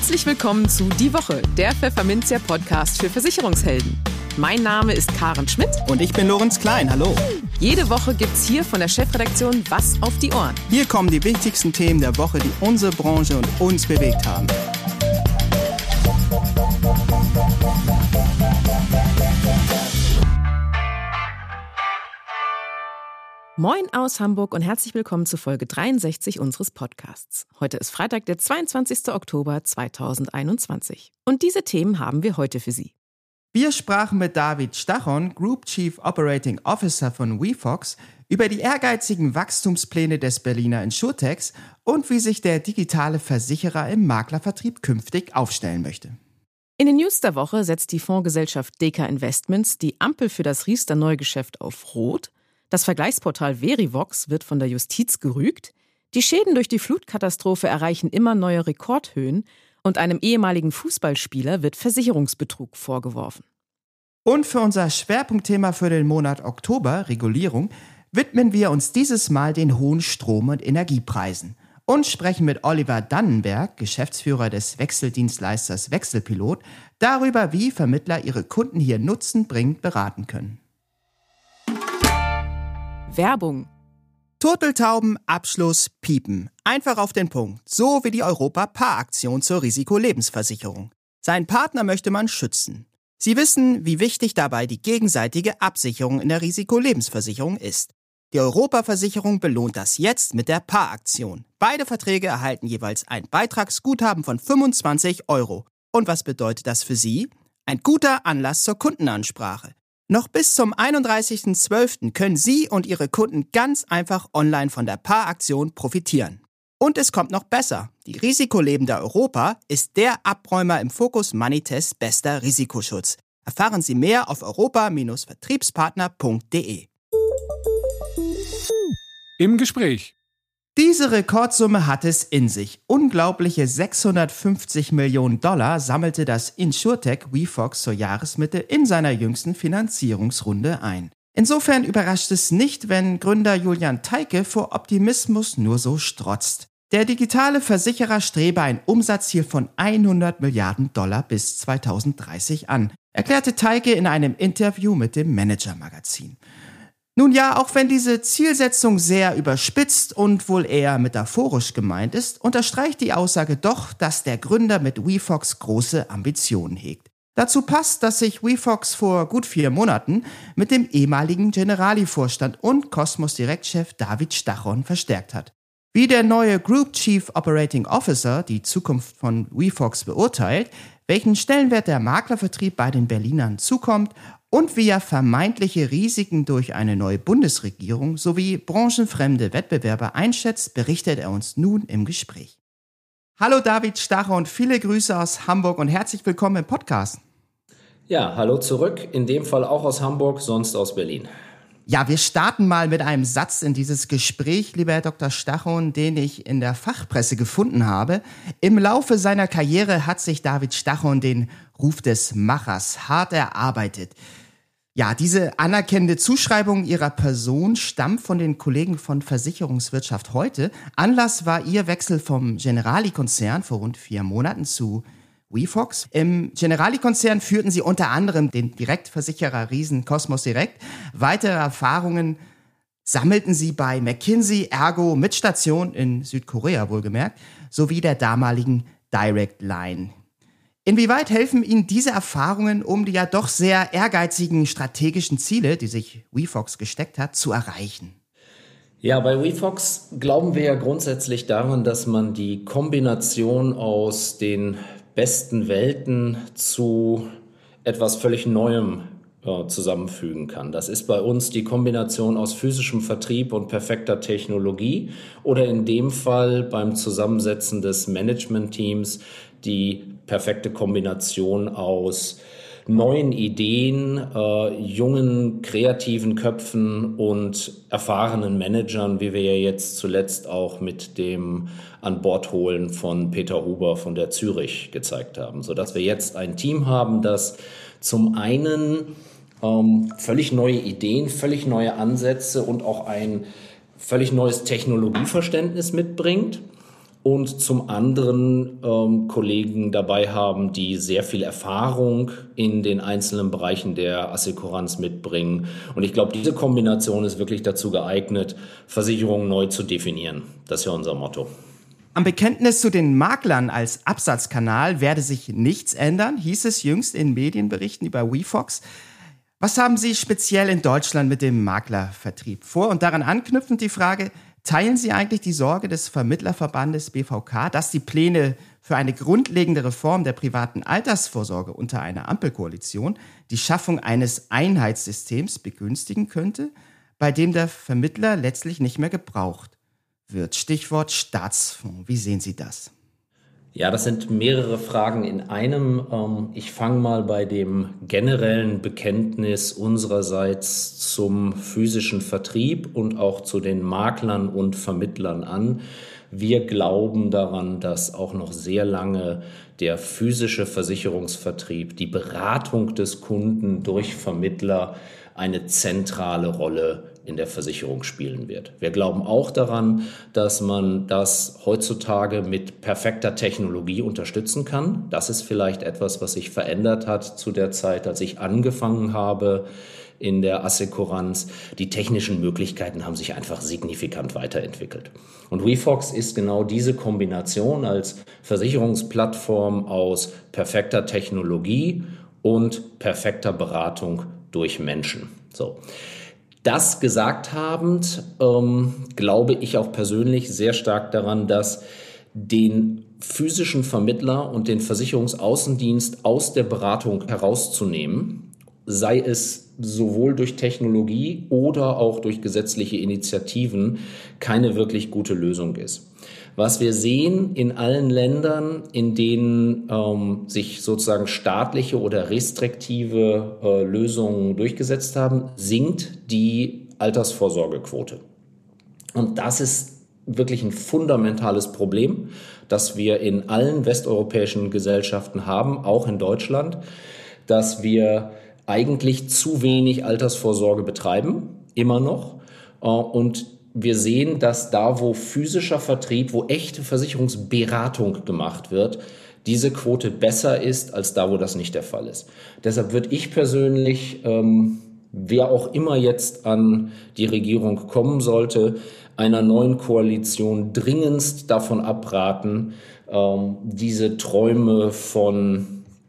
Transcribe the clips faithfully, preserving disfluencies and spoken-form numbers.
Herzlich willkommen zu Die Woche, der Pfefferminzia-Podcast für Versicherungshelden. Mein Name ist Karen Schmidt. Und ich bin Lorenz Klein, hallo. Jede Woche gibt's hier von der Chefredaktion was auf die Ohren. Hier kommen die wichtigsten Themen der Woche, die unsere Branche und uns bewegt haben. Moin aus Hamburg und herzlich willkommen zu Folge dreiundsechzig unseres Podcasts. Heute ist Freitag, der zweiundzwanzigster Oktober zweitausendeinundzwanzig. Und diese Themen haben wir heute für Sie. Wir sprachen mit David Stachon, Group Chief Operating Officer von WeFox, über die ehrgeizigen Wachstumspläne des Berliner Insurtechs und wie sich der digitale Versicherer im Maklervertrieb künftig aufstellen möchte. In den News der Woche setzt die Fondsgesellschaft Deka Investments die Ampel für das Riester-Neugeschäft auf Rot. Das Vergleichsportal Verivox wird von der Justiz gerügt. Die Schäden durch die Flutkatastrophe erreichen immer neue Rekordhöhen. Und einem ehemaligen Fußballspieler wird Versicherungsbetrug vorgeworfen. Und für unser Schwerpunktthema für den Monat Oktober, Regulierung, widmen wir uns dieses Mal den hohen Strom- und Energiepreisen und sprechen mit Oliver Dannenberg, Geschäftsführer des Wechseldienstleisters Wechselpilot, darüber, wie Vermittler ihre Kunden hier nutzenbringend beraten können. Werbung. Turteltauben, Abschluss, Piepen. Einfach auf den Punkt. So wie die Europa-Paar-Aktion zur Risikolebensversicherung. Seinen Partner möchte man schützen. Sie wissen, wie wichtig dabei die gegenseitige Absicherung in der Risikolebensversicherung ist. Die Europa-Versicherung belohnt das jetzt mit der Paar-Aktion. Beide Verträge erhalten jeweils ein Beitragsguthaben von fünfundzwanzig Euro. Und was bedeutet das für Sie? Ein guter Anlass zur Kundenansprache. Noch bis zum einunddreißigsten zwölften können Sie und Ihre Kunden ganz einfach online von der Paar-Aktion profitieren. Und es kommt noch besser. Die Risikolebende Europa ist der Abräumer im Focus Money Test bester Risikoschutz. Erfahren Sie mehr auf europa Bindestrich vertriebspartner punkt de. Im Gespräch. Diese Rekordsumme hat es in sich. Unglaubliche sechshundertfünfzig Millionen Dollar sammelte das Insurtech WeFox zur Jahresmitte in seiner jüngsten Finanzierungsrunde ein. Insofern überrascht es nicht, wenn Gründer Julian Theike vor Optimismus nur so strotzt. Der digitale Versicherer strebe ein Umsatzziel von hundert Milliarden Dollar bis zweitausenddreißig an, erklärte Theike in einem Interview mit dem Manager-Magazin. Nun ja, auch wenn diese Zielsetzung sehr überspitzt und wohl eher metaphorisch gemeint ist, unterstreicht die Aussage doch, dass der Gründer mit WeFox große Ambitionen hegt. Dazu passt, dass sich WeFox vor gut vier Monaten mit dem ehemaligen Generali-Vorstand und Cosmos-Direktchef David Stachon verstärkt hat. Wie der neue Group Chief Operating Officer die Zukunft von WeFox beurteilt, welchen Stellenwert der Maklervertrieb bei den Berlinern zukommt und wie er vermeintliche Risiken durch eine neue Bundesregierung sowie branchenfremde Wettbewerber einschätzt, berichtet er uns nun im Gespräch. Hallo David Stachon und viele Grüße aus Hamburg und herzlich willkommen im Podcast. Ja, hallo zurück, in dem Fall auch aus Hamburg, sonst aus Berlin. Ja, wir starten mal mit einem Satz in dieses Gespräch, lieber Herr Doktor Stachon, den ich in der Fachpresse gefunden habe. Im Laufe seiner Karriere hat sich David Stachon den Ruf des Machers hart erarbeitet. Ja, diese anerkennende Zuschreibung Ihrer Person stammt von den Kollegen von Versicherungswirtschaft heute. Anlass war Ihr Wechsel vom Generali-Konzern vor rund vier Monaten zu WeFox. Im Generali-Konzern führten Sie unter anderem den Direktversicherer Riesen Cosmos Direct. Weitere Erfahrungen sammelten Sie bei McKinsey, Ergo mit Station in Südkorea wohlgemerkt, sowie der damaligen Direct Line. Inwieweit helfen Ihnen diese Erfahrungen, um die ja doch sehr ehrgeizigen strategischen Ziele, die sich WeFox gesteckt hat, zu erreichen? Ja, bei WeFox glauben wir ja grundsätzlich daran, dass man die Kombination aus den besten Welten zu etwas völlig Neuem äh, zusammenfügen kann. Das ist bei uns die Kombination aus physischem Vertrieb und perfekter Technologie oder in dem Fall beim Zusammensetzen des Managementteams die perfekte Kombination aus neuen Ideen, äh, jungen, kreativen Köpfen und erfahrenen Managern, wie wir ja jetzt zuletzt auch mit dem An-Bord-Holen von Peter Huber von der Zürich gezeigt haben, sodass wir jetzt ein Team haben, das zum einen ähm, völlig neue Ideen, völlig neue Ansätze und auch ein völlig neues Technologieverständnis mitbringt und zum anderen ähm, Kollegen dabei haben, die sehr viel Erfahrung in den einzelnen Bereichen der Assekuranz mitbringen. Und ich glaube, diese Kombination ist wirklich dazu geeignet, Versicherungen neu zu definieren. Das ist ja unser Motto. Am Bekenntnis zu den Maklern als Absatzkanal werde sich nichts ändern, hieß es jüngst in Medienberichten über WeFox. Was haben Sie speziell in Deutschland mit dem Maklervertrieb vor? Und daran anknüpfend die Frage, teilen Sie eigentlich die Sorge des Vermittlerverbandes B V K, dass die Pläne für eine grundlegende Reform der privaten Altersvorsorge unter einer Ampelkoalition die Schaffung eines Einheitssystems begünstigen könnte, bei dem der Vermittler letztlich nicht mehr gebraucht wird? Stichwort Staatsfonds. Wie sehen Sie das? Ja, das sind mehrere Fragen in einem. Ich fange mal bei dem generellen Bekenntnis unsererseits zum physischen Vertrieb und auch zu den Maklern und Vermittlern an. Wir glauben daran, dass auch noch sehr lange der physische Versicherungsvertrieb, die Beratung des Kunden durch Vermittler eine zentrale Rolle in der Versicherung spielen wird. Wir glauben auch daran, dass man das heutzutage mit perfekter Technologie unterstützen kann. Das ist vielleicht etwas, was sich verändert hat zu der Zeit, als ich angefangen habe in der Assekuranz. Die technischen Möglichkeiten haben sich einfach signifikant weiterentwickelt. Und WeFox ist genau diese Kombination als Versicherungsplattform aus perfekter Technologie und perfekter Beratung durch Menschen. So. Das gesagt habend, ähm, glaube ich auch persönlich sehr stark daran, dass den physischen Vermittler und den Versicherungsaußendienst aus der Beratung herauszunehmen, sei es sowohl durch Technologie oder auch durch gesetzliche Initiativen, keine wirklich gute Lösung ist. Was wir sehen in allen Ländern, in denen ähm, sich sozusagen staatliche oder restriktive äh, Lösungen durchgesetzt haben, sinkt die Altersvorsorgequote. Und das ist wirklich ein fundamentales Problem, das wir in allen westeuropäischen Gesellschaften haben, auch in Deutschland, dass wir eigentlich zu wenig Altersvorsorge betreiben, immer noch, äh, und wir sehen, dass da, wo physischer Vertrieb, wo echte Versicherungsberatung gemacht wird, diese Quote besser ist als da, wo das nicht der Fall ist. Deshalb würde ich persönlich, ähm, wer auch immer jetzt an die Regierung kommen sollte, einer neuen Koalition dringendst davon abraten, ähm, diese Träume von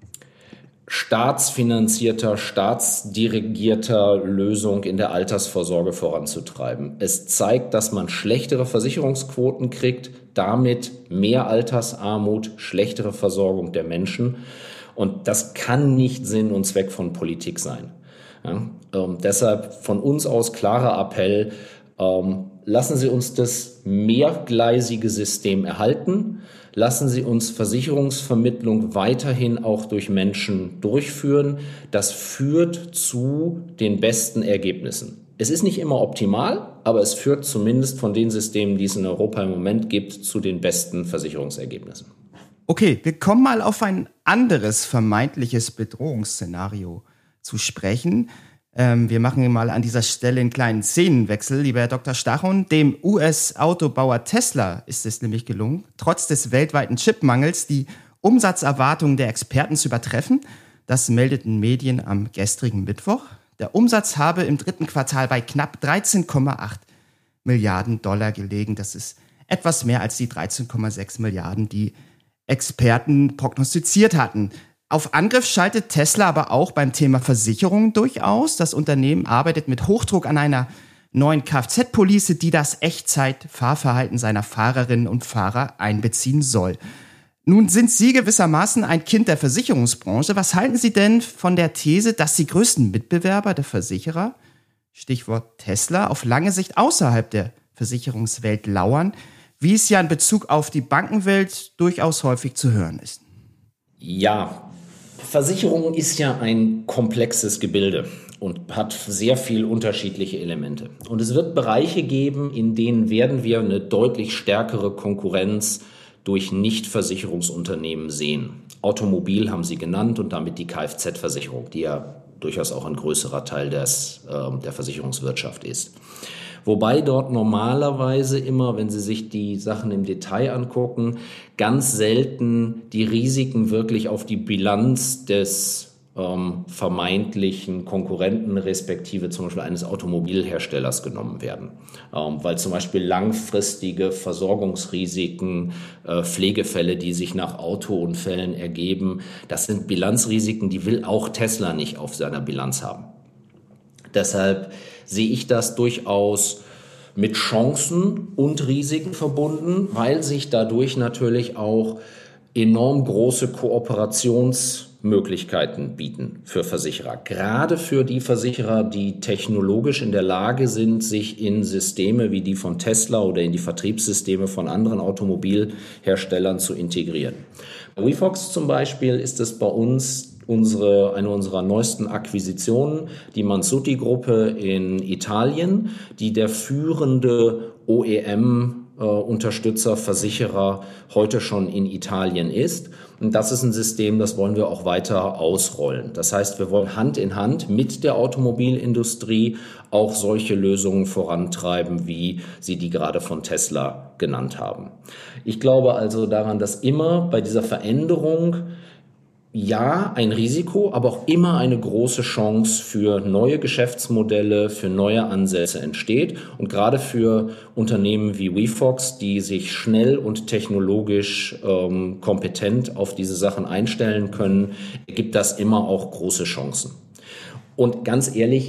staatsfinanzierter, staatsdirigierter Lösung in der Altersvorsorge voranzutreiben. Es zeigt, dass man schlechtere Versicherungsquoten kriegt, damit mehr Altersarmut, schlechtere Versorgung der Menschen. Und das kann nicht Sinn und Zweck von Politik sein. Ja, ähm, deshalb von uns aus klarer Appell, ähm, lassen Sie uns das mehrgleisige System erhalten. Lassen Sie uns Versicherungsvermittlung weiterhin auch durch Menschen durchführen. Das führt zu den besten Ergebnissen. Es ist nicht immer optimal, aber es führt zumindest von den Systemen, die es in Europa im Moment gibt, zu den besten Versicherungsergebnissen. Okay, wir kommen mal auf ein anderes vermeintliches Bedrohungsszenario zu sprechen. Ähm, wir machen mal an dieser Stelle einen kleinen Szenenwechsel, lieber Herr Doktor Stachon. Dem U S-Autobauer Tesla ist es nämlich gelungen, trotz des weltweiten Chipmangels die Umsatzerwartungen der Experten zu übertreffen. Das meldeten Medien am gestrigen Mittwoch. Der Umsatz habe im dritten Quartal bei knapp dreizehn Komma acht Milliarden Dollar gelegen. Das ist etwas mehr als die dreizehn Komma sechs Milliarden, die Experten prognostiziert hatten. Auf Angriff schaltet Tesla aber auch beim Thema Versicherung durchaus. Das Unternehmen arbeitet mit Hochdruck an einer neuen Kfz-Police, die das Echtzeit-Fahrverhalten seiner Fahrerinnen und Fahrer einbeziehen soll. Nun sind Sie gewissermaßen ein Kind der Versicherungsbranche. Was halten Sie denn von der These, dass die größten Mitbewerber der Versicherer, Stichwort Tesla, auf lange Sicht außerhalb der Versicherungswelt lauern, wie es ja in Bezug auf die Bankenwelt durchaus häufig zu hören ist? Ja, Versicherung ist ja ein komplexes Gebilde und hat sehr viele unterschiedliche Elemente. Und es wird Bereiche geben, in denen werden wir eine deutlich stärkere Konkurrenz durch Nichtversicherungsunternehmen sehen. Automobil haben Sie genannt und damit die Kfz-Versicherung, die ja durchaus auch ein größerer Teil des, äh, der Versicherungswirtschaft ist. Wobei dort normalerweise immer, wenn Sie sich die Sachen im Detail angucken, ganz selten die Risiken wirklich auf die Bilanz des ähm, vermeintlichen Konkurrenten respektive zum Beispiel eines Automobilherstellers genommen werden. Ähm, weil zum Beispiel langfristige Versorgungsrisiken, äh, Pflegefälle, die sich nach Autounfällen ergeben, das sind Bilanzrisiken, die will auch Tesla nicht auf seiner Bilanz haben. Deshalb sehe ich das durchaus mit Chancen und Risiken verbunden, weil sich dadurch natürlich auch enorm große Kooperationsmöglichkeiten bieten für Versicherer. Gerade für die Versicherer, die technologisch in der Lage sind, sich in Systeme wie die von Tesla oder in die Vertriebssysteme von anderen Automobilherstellern zu integrieren. Bei WeFox zum Beispiel ist es bei uns Unsere, eine unserer neuesten Akquisitionen, die Mansutti-Gruppe in Italien, die der führende O E M-Unterstützer, Versicherer heute schon in Italien ist. Und das ist ein System, das wollen wir auch weiter ausrollen. Das heißt, wir wollen Hand in Hand mit der Automobilindustrie auch solche Lösungen vorantreiben, wie Sie die gerade von Tesla genannt haben. Ich glaube also daran, dass immer bei dieser Veränderung ja, ein Risiko, aber auch immer eine große Chance für neue Geschäftsmodelle, für neue Ansätze entsteht. Und gerade für Unternehmen wie WeFox, die sich schnell und technologisch ähm, kompetent auf diese Sachen einstellen können, gibt das immer auch große Chancen. Und ganz ehrlich,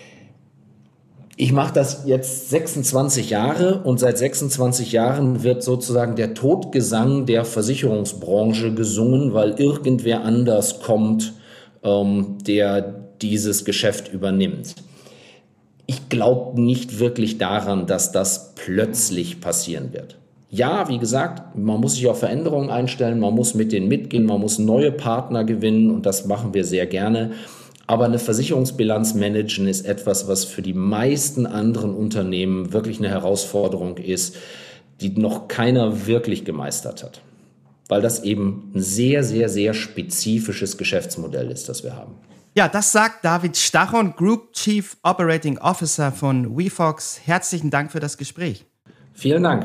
ich mache das jetzt sechsundzwanzig Jahre und seit sechsundzwanzig Jahren wird sozusagen der Todgesang der Versicherungsbranche gesungen, weil irgendwer anders kommt, ähm, der dieses Geschäft übernimmt. Ich glaube nicht wirklich daran, dass das plötzlich passieren wird. Ja, wie gesagt, man muss sich auf Veränderungen einstellen, man muss mit denen mitgehen, man muss neue Partner gewinnen und das machen wir sehr gerne. Aber eine Versicherungsbilanz managen ist etwas, was für die meisten anderen Unternehmen wirklich eine Herausforderung ist, die noch keiner wirklich gemeistert hat. Weil das eben ein sehr, sehr, sehr spezifisches Geschäftsmodell ist, das wir haben. Ja, das sagt David Stachon, Group Chief Operating Officer von WeFox. Herzlichen Dank für das Gespräch. Vielen Dank.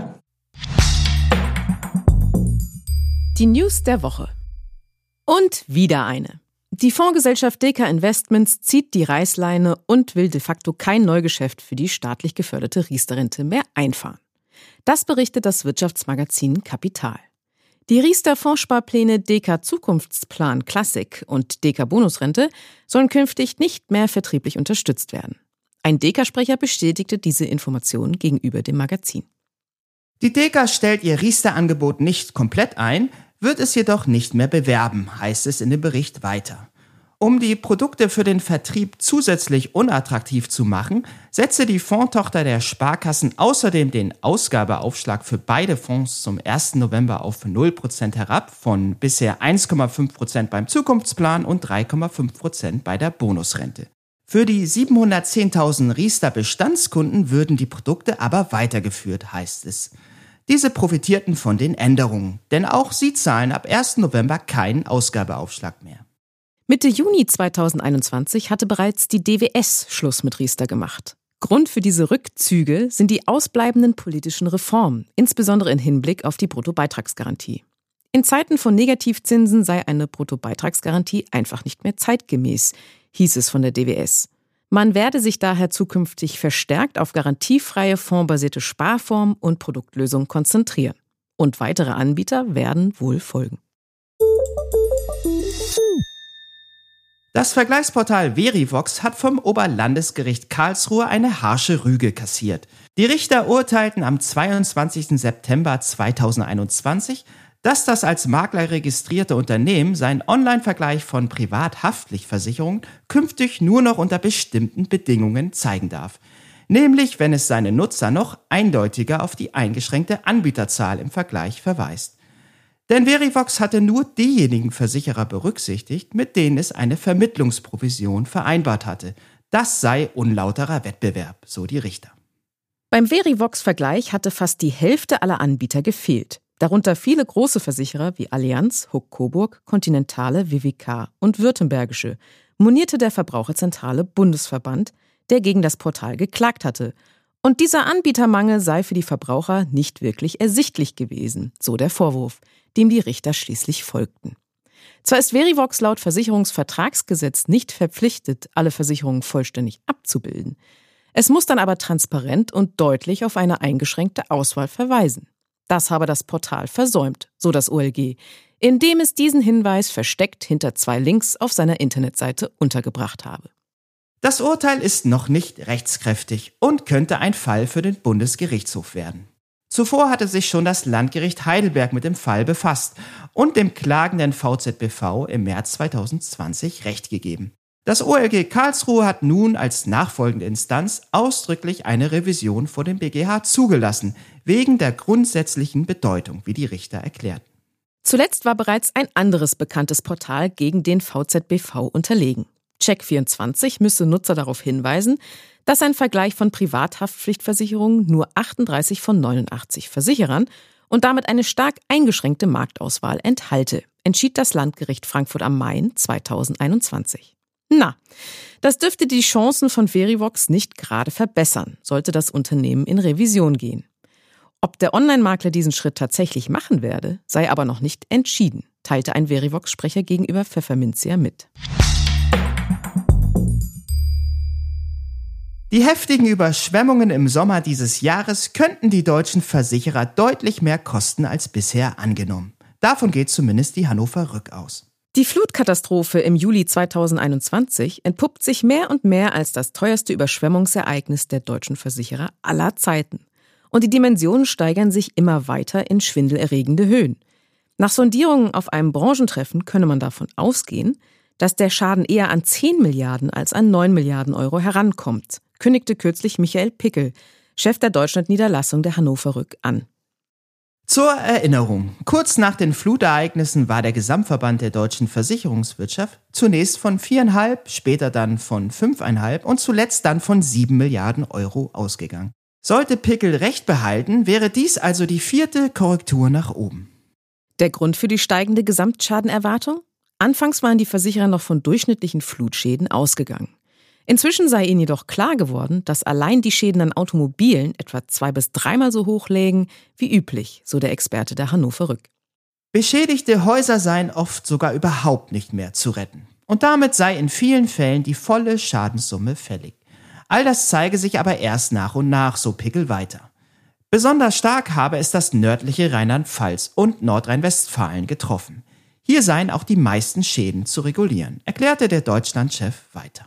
Die News der Woche. Und wieder eine. Die Fondsgesellschaft Deka Investments zieht die Reißleine und will de facto kein Neugeschäft für die staatlich geförderte Riester-Rente mehr einfahren. Das berichtet das Wirtschaftsmagazin Kapital. Die Riester-Fondssparpläne Deka Zukunftsplan Classic und Deka Bonusrente sollen künftig nicht mehr vertrieblich unterstützt werden. Ein Deka-Sprecher bestätigte diese Informationen gegenüber dem Magazin. Die Deka stellt ihr Riester-Angebot nicht komplett ein, wird es jedoch nicht mehr bewerben, heißt es in dem Bericht weiter. Um die Produkte für den Vertrieb zusätzlich unattraktiv zu machen, setze die Fondstochter der Sparkassen außerdem den Ausgabeaufschlag für beide Fonds zum ersten November auf null Prozent herab, von bisher eins Komma fünf Prozent beim Zukunftsplan und drei Komma fünf Prozent bei der Bonusrente. Für die siebenhundertzehntausend Riester-Bestandskunden würden die Produkte aber weitergeführt, heißt es. Diese profitierten von den Änderungen, denn auch sie zahlen ab ersten November keinen Ausgabeaufschlag mehr. Mitte Juni zweitausendeinundzwanzig hatte bereits die D W S Schluss mit Riester gemacht. Grund für diese Rückzüge sind die ausbleibenden politischen Reformen, insbesondere im Hinblick auf die Bruttobeitragsgarantie. In Zeiten von Negativzinsen sei eine Bruttobeitragsgarantie einfach nicht mehr zeitgemäß, hieß es von der D W S. Man werde sich daher zukünftig verstärkt auf garantiefreie fondsbasierte Sparformen und Produktlösungen konzentrieren. Und weitere Anbieter werden wohl folgen. Das Vergleichsportal Verivox hat vom Oberlandesgericht Karlsruhe eine harsche Rüge kassiert. Die Richter urteilten am zweiundzwanzigsten September zweitausendeinundzwanzig, dass das als Makler registrierte Unternehmen seinen Online-Vergleich von Privathaftpflichtversicherungen künftig nur noch unter bestimmten Bedingungen zeigen darf. Nämlich, wenn es seine Nutzer noch eindeutiger auf die eingeschränkte Anbieterzahl im Vergleich verweist. Denn Verivox hatte nur diejenigen Versicherer berücksichtigt, mit denen es eine Vermittlungsprovision vereinbart hatte. Das sei unlauterer Wettbewerb, so die Richter. Beim Verivox-Vergleich hatte fast die Hälfte aller Anbieter gefehlt. Darunter viele große Versicherer wie Allianz, Huck Coburg, Continentale, W W K und Württembergische, monierte der Verbraucherzentrale Bundesverband, der gegen das Portal geklagt hatte Und dieser Anbietermangel sei für die Verbraucher nicht wirklich ersichtlich gewesen, so der Vorwurf, dem die Richter schließlich folgten. Zwar ist Verivox laut Versicherungsvertragsgesetz nicht verpflichtet, alle Versicherungen vollständig abzubilden. Es muss dann aber transparent und deutlich auf eine eingeschränkte Auswahl verweisen. Das habe das Portal versäumt, so das O L G, indem es diesen Hinweis versteckt hinter zwei Links auf seiner Internetseite untergebracht habe. Das Urteil ist noch nicht rechtskräftig und könnte ein Fall für den Bundesgerichtshof werden. Zuvor hatte sich schon das Landgericht Heidelberg mit dem Fall befasst und dem klagenden V Z B V im März zweitausendzwanzig Recht gegeben. Das O L G Karlsruhe hat nun als nachfolgende Instanz ausdrücklich eine Revision vor dem B G H zugelassen, wegen der grundsätzlichen Bedeutung, wie die Richter erklärten. Zuletzt war bereits ein anderes bekanntes Portal gegen den V Z B V unterlegen. Check vierundzwanzig müsse Nutzer darauf hinweisen, dass ein Vergleich von Privathaftpflichtversicherungen nur achtunddreißig von neunundachtzig Versicherern und damit eine stark eingeschränkte Marktauswahl enthalte, entschied das Landgericht Frankfurt am Main zweitausendeinundzwanzig. Na, das dürfte die Chancen von Verivox nicht gerade verbessern, sollte das Unternehmen in Revision gehen. Ob der Online-Makler diesen Schritt tatsächlich machen werde, sei aber noch nicht entschieden, teilte ein Verivox-Sprecher gegenüber Pfefferminzia mit. Die heftigen Überschwemmungen im Sommer dieses Jahres könnten die deutschen Versicherer deutlich mehr kosten als bisher angenommen. Davon geht zumindest die Hannover Rück aus. Die Flutkatastrophe im Juli zweitausendeinundzwanzig entpuppt sich mehr und mehr als das teuerste Überschwemmungsereignis der deutschen Versicherer aller Zeiten. Und die Dimensionen steigern sich immer weiter in schwindelerregende Höhen. Nach Sondierungen auf einem Branchentreffen könne man davon ausgehen, dass der Schaden eher an zehn Milliarden als an neun Milliarden Euro herankommt, kündigte kürzlich Michael Pickel, Chef der Deutschland-Niederlassung der Hannover Rück, an. Zur Erinnerung, kurz nach den Flutereignissen war der Gesamtverband der deutschen Versicherungswirtschaft zunächst von viereinhalb, später dann von fünfeinhalb und zuletzt dann von sieben Milliarden Euro ausgegangen. Sollte Pickel recht behalten, wäre dies also die vierte Korrektur nach oben. Der Grund für die steigende Gesamtschadenerwartung? Anfangs waren die Versicherer noch von durchschnittlichen Flutschäden ausgegangen. Inzwischen sei ihnen jedoch klar geworden, dass allein die Schäden an Automobilen etwa zwei- bis dreimal so hoch lägen wie üblich, so der Experte der Hannover Rück. Beschädigte Häuser seien oft sogar überhaupt nicht mehr zu retten. Und damit sei in vielen Fällen die volle Schadenssumme fällig. All das zeige sich aber erst nach und nach, so Pickel weiter. Besonders stark habe es das nördliche Rheinland-Pfalz und Nordrhein-Westfalen getroffen. Hier seien auch die meisten Schäden zu regulieren, erklärte der Deutschlandchef weiter.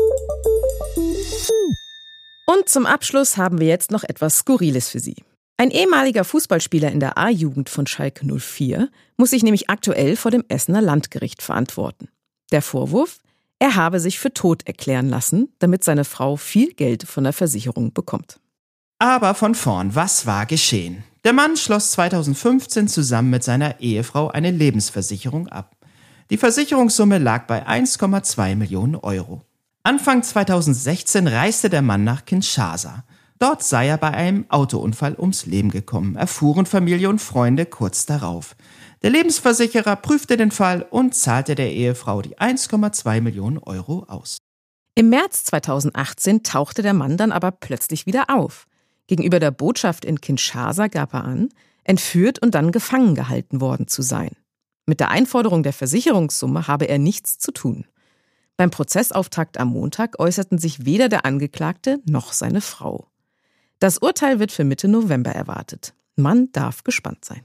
Und zum Abschluss haben wir jetzt noch etwas Skurriles für Sie. Ein ehemaliger Fußballspieler in der A-Jugend von Schalke null vier muss sich nämlich aktuell vor dem Essener Landgericht verantworten. Der Vorwurf? Er habe sich für tot erklären lassen, damit seine Frau viel Geld von der Versicherung bekommt. Aber von vorn, was war geschehen? Der Mann schloss zweitausendfünfzehn zusammen mit seiner Ehefrau eine Lebensversicherung ab. Die Versicherungssumme lag bei eins Komma zwei Millionen Euro. Anfang zweitausendsechzehn reiste der Mann nach Kinshasa. Dort sei er bei einem Autounfall ums Leben gekommen, erfuhren Familie und Freunde kurz darauf. Der Lebensversicherer prüfte den Fall und zahlte der Ehefrau die eins Komma zwei Millionen Euro aus. Im März zweitausendachtzehn tauchte der Mann dann aber plötzlich wieder auf. Gegenüber der Botschaft in Kinshasa gab er an, entführt und dann gefangen gehalten worden zu sein. Mit der Einforderung der Versicherungssumme habe er nichts zu tun. Beim Prozessauftakt am Montag äußerten sich weder der Angeklagte noch seine Frau. Das Urteil wird für Mitte November erwartet. Man darf gespannt sein.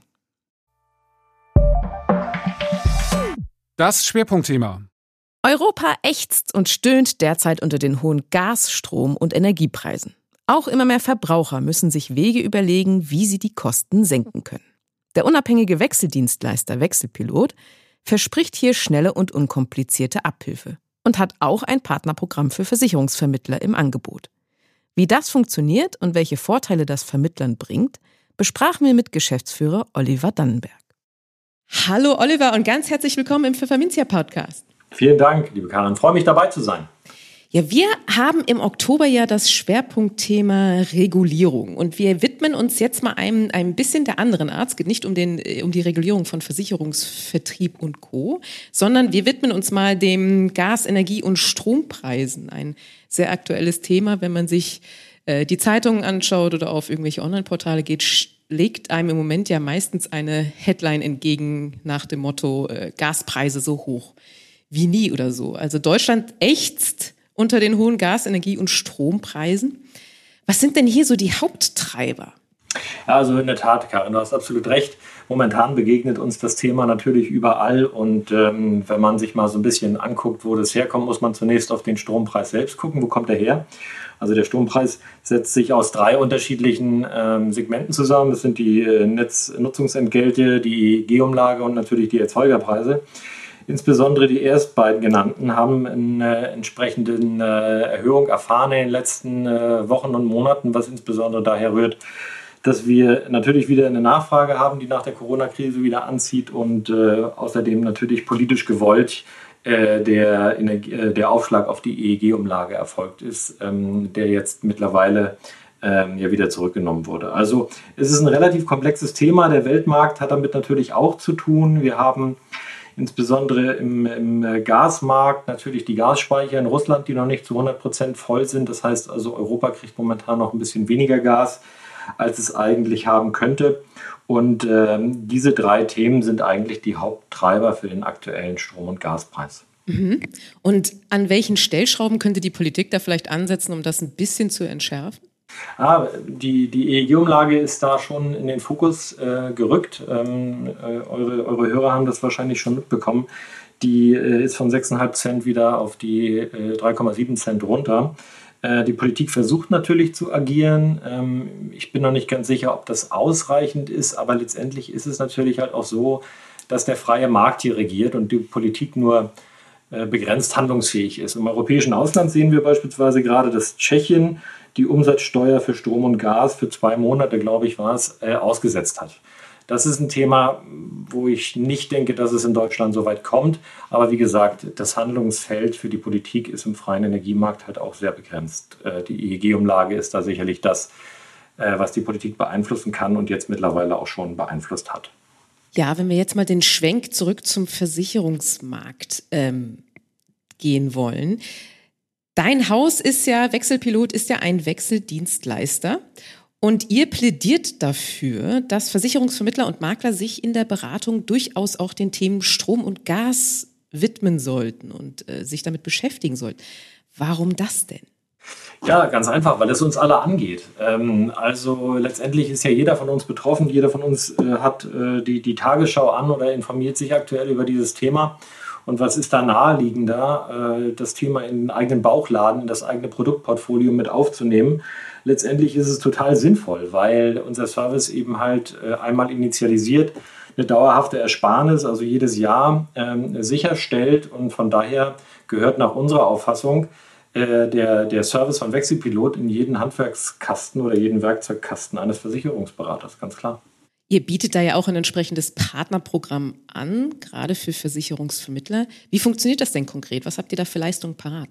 Das Schwerpunktthema. Europa ächzt und stöhnt derzeit unter den hohen Gas-, Strom- und Energiepreisen. Auch immer mehr Verbraucher müssen sich Wege überlegen, wie sie die Kosten senken können. Der unabhängige Wechseldienstleister Wechselpilot verspricht hier schnelle und unkomplizierte Abhilfe und hat auch ein Partnerprogramm für Versicherungsvermittler im Angebot. Wie das funktioniert und welche Vorteile das Vermittlern bringt, besprachen wir mit Geschäftsführer Oliver Dannenberg. Hallo Oliver und ganz herzlich willkommen im Pfefferminzia-Podcast. Vielen Dank, liebe Karin. Ich freue mich, dabei zu sein. Ja, wir haben im Oktober ja das Schwerpunktthema Regulierung und wir widmen uns jetzt mal einem ein bisschen der anderen Art. Es geht nicht um den um die Regulierung von Versicherungsvertrieb und Co., sondern wir widmen uns mal dem Gas-, Energie- und Strompreisen. Ein sehr aktuelles Thema, wenn man sich äh, die Zeitungen anschaut oder auf irgendwelche Online-Portale geht, legt einem im Moment ja meistens eine Headline entgegen nach dem Motto äh, Gaspreise so hoch wie nie oder so. Also Deutschland ächzt unter den hohen Gas-, Energie- und Strompreisen. Was sind denn hier so die Haupttreiber? Ja, also in der Tat, Karin, du hast absolut recht. Momentan begegnet uns das Thema natürlich überall und ähm, wenn man sich mal so ein bisschen anguckt, wo das herkommt, muss man zunächst auf den Strompreis selbst gucken. Wo kommt der her? Also der Strompreis setzt sich aus drei unterschiedlichen ähm, Segmenten zusammen. Das sind die äh, Netznutzungsentgelte, die E E G-Umlage und natürlich die Erzeugerpreise. Insbesondere die erst beiden genannten haben eine entsprechende äh, Erhöhung erfahren in den letzten äh, Wochen und Monaten, was insbesondere daher rührt, dass wir natürlich wieder eine Nachfrage haben, die nach der Corona-Krise wieder anzieht und äh, außerdem natürlich politisch gewollt äh, der, Energie, äh, der Aufschlag auf die E E G-Umlage erfolgt ist, ähm, der jetzt mittlerweile ähm, ja wieder zurückgenommen wurde. Also es ist ein relativ komplexes Thema. Der Weltmarkt hat damit natürlich auch zu tun. Wir haben insbesondere im, im Gasmarkt natürlich die Gasspeicher in Russland, die noch nicht zu hundert Prozent voll sind. Das heißt also, Europa kriegt momentan noch ein bisschen weniger Gas, als es eigentlich haben könnte. Und ähm, diese drei Themen sind eigentlich die Haupttreiber für den aktuellen Strom- und Gaspreis. Mhm. Und an welchen Stellschrauben könnte die Politik da vielleicht ansetzen, um das ein bisschen zu entschärfen? Ah, die, die E E G-Umlage ist da schon in den Fokus äh, gerückt. Ähm, äh, eure, eure Hörer haben das wahrscheinlich schon mitbekommen. Die äh, ist von sechs Komma fünf Cent wieder auf die äh, drei Komma sieben Cent runter. Äh, die Politik versucht natürlich zu agieren. Ähm, ich bin noch nicht ganz sicher, ob das ausreichend ist, aber letztendlich ist es natürlich halt auch so, dass der freie Markt hier regiert und die Politik nur äh, begrenzt handlungsfähig ist. Im europäischen Ausland sehen wir beispielsweise gerade, dass Tschechien die Umsatzsteuer für Strom und Gas für zwei Monate, glaube ich, war es, äh, ausgesetzt hat. Das ist ein Thema, wo ich nicht denke, dass es in Deutschland so weit kommt. Aber wie gesagt, das Handlungsfeld für die Politik ist im freien Energiemarkt halt auch sehr begrenzt. Äh, die E E G-Umlage ist da sicherlich das, äh, was die Politik beeinflussen kann und jetzt mittlerweile auch schon beeinflusst hat. Ja, wenn wir jetzt mal den Schwenk zurück zum Versicherungsmarkt ähm, gehen wollen. Dein Haus ist ja, Wechselpilot ist ja ein Wechseldienstleister und ihr plädiert dafür, dass Versicherungsvermittler und Makler sich in der Beratung durchaus auch den Themen Strom und Gas widmen sollten und äh, sich damit beschäftigen sollten. Warum das denn? Ja, ganz einfach, weil es uns alle angeht. Ähm, also letztendlich ist ja jeder von uns betroffen, jeder von uns äh, hat äh, die, die Tagesschau an oder informiert sich aktuell über dieses Thema. Und was ist da naheliegender, das Thema in den eigenen Bauchladen, in das eigene Produktportfolio mit aufzunehmen? Letztendlich ist es total sinnvoll, weil unser Service eben halt einmal initialisiert eine dauerhafte Ersparnis, also jedes Jahr ähm, sicherstellt. Und von daher gehört nach unserer Auffassung äh, der, der Service von Wechselpilot in jeden Handwerkskasten oder jeden Werkzeugkasten eines Versicherungsberaters, ganz klar. Ihr bietet da ja auch ein entsprechendes Partnerprogramm an, gerade für Versicherungsvermittler. Wie funktioniert das denn konkret? Was habt ihr da für Leistungen parat?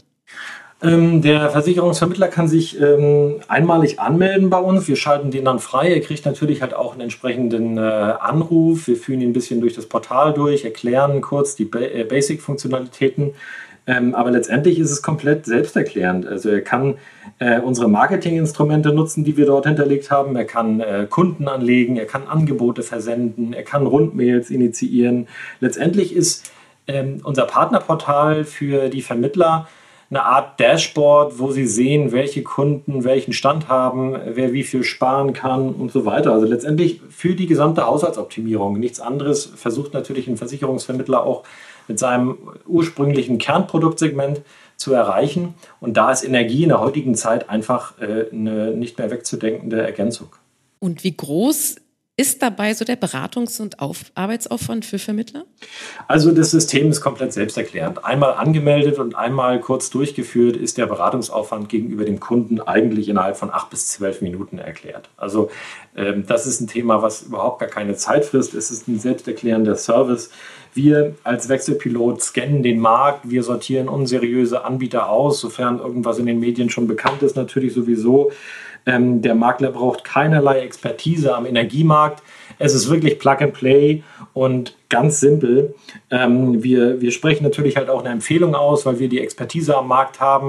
Ähm, der Versicherungsvermittler kann sich ähm, einmalig anmelden bei uns. Wir schalten den dann frei. Er kriegt natürlich halt auch einen entsprechenden äh, Anruf. Wir führen ihn ein bisschen durch das Portal durch, erklären kurz die ba- äh, Basic-Funktionalitäten. Ähm, aber letztendlich ist es komplett selbsterklärend. Also er kann äh, unsere Marketinginstrumente nutzen, die wir dort hinterlegt haben. Er kann äh, Kunden anlegen, er kann Angebote versenden, er kann Rundmails initiieren. Letztendlich ist ähm, unser Partnerportal für die Vermittler eine Art Dashboard, wo sie sehen, welche Kunden welchen Stand haben, wer wie viel sparen kann und so weiter. Also letztendlich für die gesamte Haushaltsoptimierung. Nichts anderes versucht natürlich ein Versicherungsvermittler auch mit seinem ursprünglichen Kernproduktsegment zu erreichen. Und da ist Energie in der heutigen Zeit einfach äh, eine nicht mehr wegzudenkende Ergänzung. Und wie groß ist dabei so der Beratungs- und Auf- Arbeitsaufwand für Vermittler? Also das System ist komplett selbsterklärend. Einmal angemeldet und einmal kurz durchgeführt ist der Beratungsaufwand gegenüber dem Kunden eigentlich innerhalb von acht bis zwölf Minuten erklärt. Also ähm, das ist ein Thema, was überhaupt gar keine Zeit frisst. Es ist ein selbsterklärender Service. Wir als Wechselpilot scannen den Markt, wir sortieren unseriöse Anbieter aus, sofern irgendwas in den Medien schon bekannt ist, natürlich sowieso. Ähm, der Makler braucht keinerlei Expertise am Energiemarkt. Es ist wirklich Plug and Play und ganz simpel. Ähm, wir, wir sprechen natürlich halt auch eine Empfehlung aus, weil wir die Expertise am Markt haben.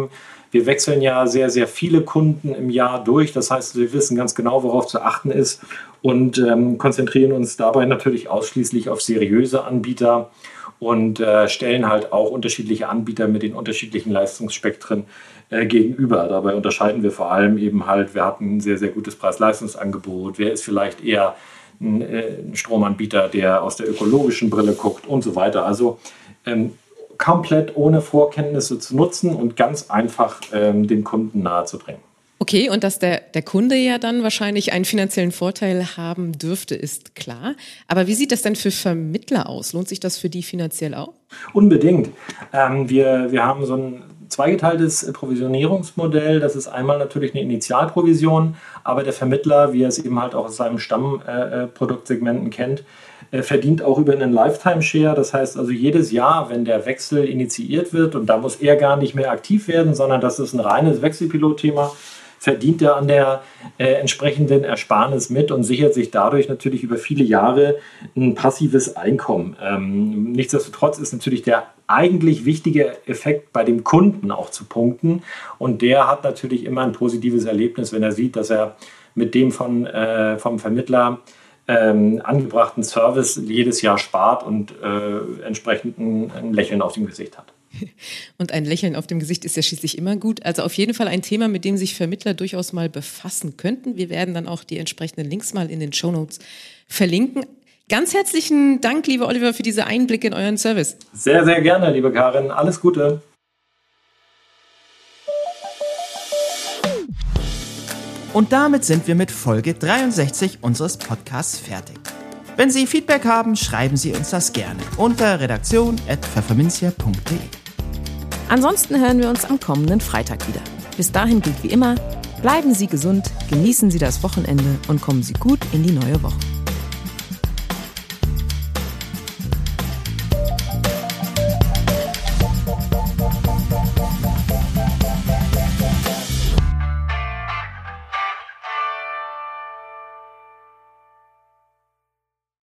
Wir wechseln ja sehr, sehr viele Kunden im Jahr durch. Das heißt, wir wissen ganz genau, worauf zu achten ist und ähm, konzentrieren uns dabei natürlich ausschließlich auf seriöse Anbieter und äh, stellen halt auch unterschiedliche Anbieter mit den unterschiedlichen Leistungsspektren äh, gegenüber. Dabei unterscheiden wir vor allem eben halt, wer hat ein sehr, sehr gutes Preis-Leistungsangebot, wer ist vielleicht eher ein, äh, ein Stromanbieter, der aus der ökologischen Brille guckt und so weiter. Also ähm, komplett ohne Vorkenntnisse zu nutzen und ganz einfach ähm, dem Kunden nahezubringen. Okay, und dass der, der Kunde ja dann wahrscheinlich einen finanziellen Vorteil haben dürfte, ist klar. Aber wie sieht das denn für Vermittler aus? Lohnt sich das für die finanziell auch? Unbedingt. Ähm, wir, wir haben so ein zweigeteiltes Provisionierungsmodell. Das ist einmal natürlich eine Initialprovision, aber der Vermittler, wie er es eben halt auch aus seinen Stammproduktssegmenten äh, kennt, äh, verdient auch über einen Lifetime-Share. Das heißt also jedes Jahr, wenn der Wechsel initiiert wird, und da muss er gar nicht mehr aktiv werden, sondern das ist ein reines Wechselpilotthema, verdient er an der äh, entsprechenden Ersparnis mit und sichert sich dadurch natürlich über viele Jahre ein passives Einkommen. Ähm, nichtsdestotrotz ist natürlich der eigentlich wichtige Effekt bei dem Kunden auch zu punkten, und der hat natürlich immer ein positives Erlebnis, wenn er sieht, dass er mit dem von, äh, vom Vermittler ähm, angebrachten Service jedes Jahr spart und äh, entsprechend ein, ein Lächeln auf dem Gesicht hat. Und ein Lächeln auf dem Gesicht ist ja schließlich immer gut. Also auf jeden Fall ein Thema, mit dem sich Vermittler durchaus mal befassen könnten. Wir werden dann auch die entsprechenden Links mal in den Shownotes verlinken. Ganz herzlichen Dank, lieber Oliver, für diese Einblicke in euren Service. Sehr, sehr gerne, liebe Karin. Alles Gute. Und damit sind wir mit Folge dreiundsechzig unseres Podcasts fertig. Wenn Sie Feedback haben, schreiben Sie uns das gerne unter redaktion at pfefferminzia punkt de. Ansonsten hören wir uns am kommenden Freitag wieder. Bis dahin gilt wie immer, bleiben Sie gesund, genießen Sie das Wochenende und kommen Sie gut in die neue Woche.